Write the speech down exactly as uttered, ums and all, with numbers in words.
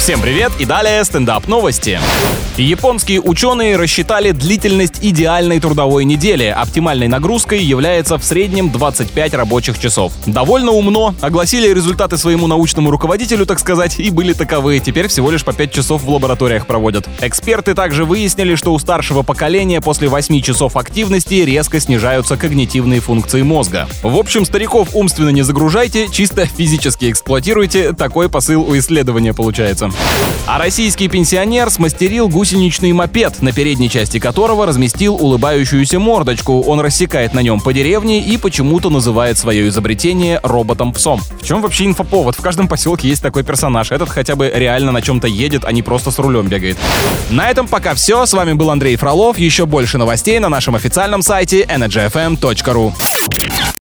Всем привет и далее стендап новости. Японские ученые рассчитали длительность идеальной трудовой недели. Оптимальной нагрузкой является в среднем двадцать пять рабочих часов. Довольно умно. Огласили результаты своему научному руководителю, так сказать, и были таковы. Теперь всего лишь по пять часов в лабораториях проводят. Эксперты также выяснили, что у старшего поколения после восьми часов активности резко снижаются когнитивные функции мозга. В общем, стариков умственно не загружайте, чисто физически эксплуатируйте. Такой посыл у исследования получается. А российский пенсионер смастерил гусеничный мопед, на передней части которого разместил улыбающуюся мордочку. Он рассекает на нем по деревне и почему-то называет свое изобретение роботом-псом. В чем вообще инфоповод? В каждом поселке есть такой персонаж. Этот хотя бы реально на чем-то едет, а не просто с рулем бегает. На этом пока все. С вами был Андрей Фролов. Еще больше новостей на нашем официальном сайте энерджи эф эм точка ру.